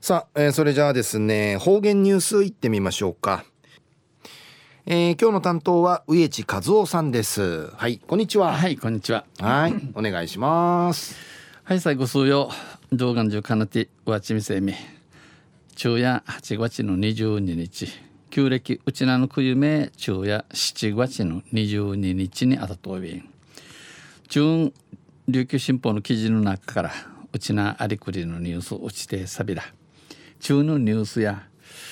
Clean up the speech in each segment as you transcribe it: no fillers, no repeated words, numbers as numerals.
さあ、それじゃあですね、方言ニュースいってみましょうか。今日の担当は植地和夫さんです。はい、こんにちは。 はい、こんにちは。 はい、お願いします。 はい、最後数曜動画中かなてわちみせみ昼夜8月の22日旧暦うちなの冬め昼夜7月の22日にあたとおびん中琉球新報の記事の中からうちなありくりのニュース落ちてさびら中のニュースや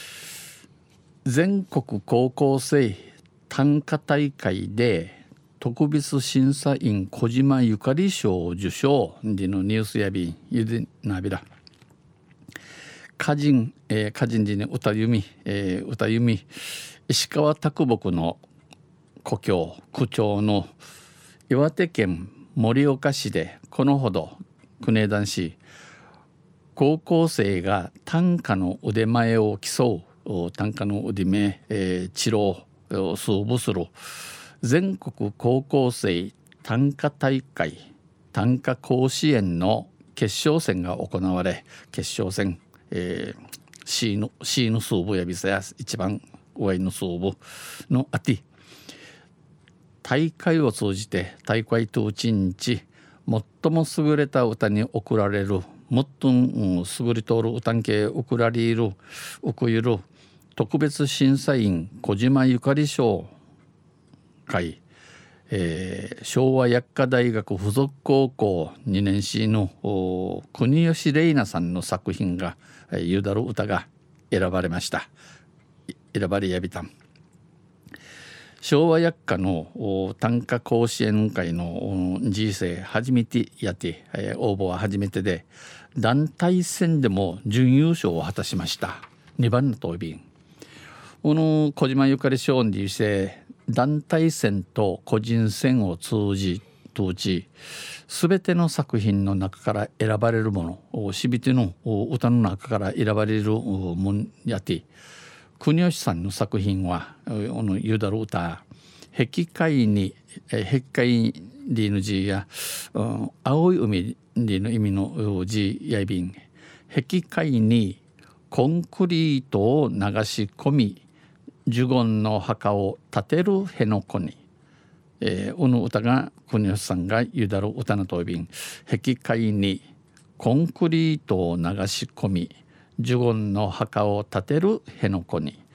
全国高校生短歌大会で特別審査員小島ゆかり賞受賞でのニュースやびんゆでなびら歌人時に歌弓、石川啄木の故郷区長の岩手県盛岡市でこのほど国枝男子高校生が短歌の腕前を競う短歌の腕前、治療数部する全国高校生短歌大会短歌甲子園の決勝戦が行われ決勝戦、C の数部やびさや一番上の数部のあて大会を通じて大会当日最も優れた歌に贈られるもっと優れとる歌系贈られる贈ゆる特別審査員小島ゆかり賞会、昭和薬科大学附属高校2年生の国吉玲奈さんの作品がゆだる歌が選ばれました。選ばれやびたん昭和薬科の短歌甲子園会の人生初めてやって、応募は初めてで団体戦でも準優勝を果たしました。2番の当便この小島ゆかり賞にして団体戦と個人戦を通じすべての作品の中から選ばれるものしびての歌の中から選ばれるもんやって国吉さんの作品はゆだる歌壁海に壁海リーの字や、青い海リーの意味の字やびん壁海にコンクリートを流し込み呪言の墓を建てる辺野古に、の歌が国吉さんがゆだる歌のとびん壁海にコンクリートを流し込み呪言の墓を建てる辺野古に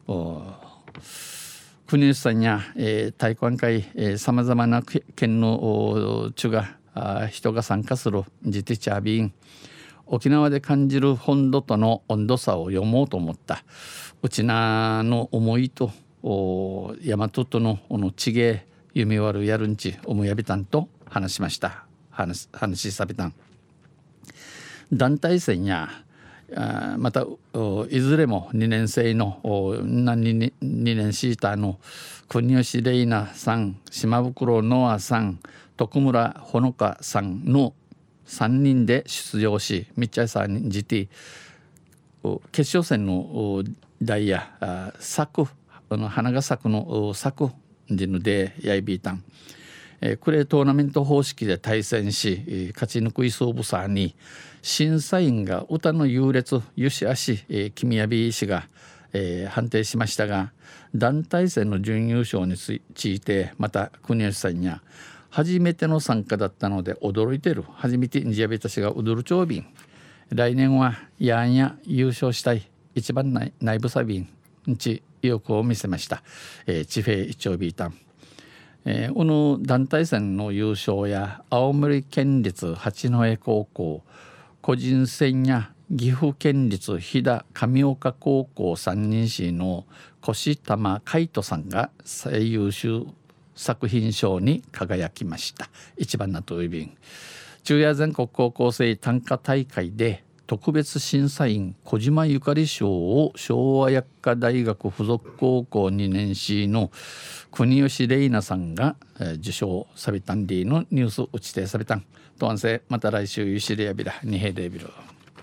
国吉さんや、大観会さまざまな県の地が人が参加する自治チャービン沖縄で感じる本土との温度差を読もうと思ったうちなの思いと大和との地芸弓割るやるんちおむやびたんと話しました。話しさびたん団体戦やまたいずれも2年生の2年シーターの国吉玲奈さん島袋ノアさん徳村ほのかさんの3人で出場しみっちゃいさんにじて決勝戦のダイヤ花が咲くの咲くでやいびいたんクレートーナメント方式で対戦し勝ち抜くいそうぶさに審査員が歌の優劣ゆしあし君やび氏が、判定しましたが団体戦の準優勝についてまた国吉さんや初めての参加だったので驚いてる初めてにじやびたちが踊る長便来年はやんや優勝したい一番内部サビンち意欲を見せました、地平一丁ビータンこの団体戦の優勝や青森県立八戸高校個人戦や岐阜県立飛騨上岡高校3人士の越玉海人さんが最優秀作品賞に輝きました。一番なといびん中夜全国高校生短歌大会で特別審査員小島ゆかり賞を昭和薬科大学附属高校2年生の国吉玲奈さんが、受賞さびたんりのニュース打ちてさびたんとんせまた来週ゆしりやびらにへでびる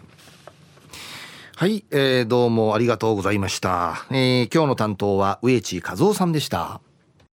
はい、どうもありがとうございました。今日の担当は植地和夫さんでした。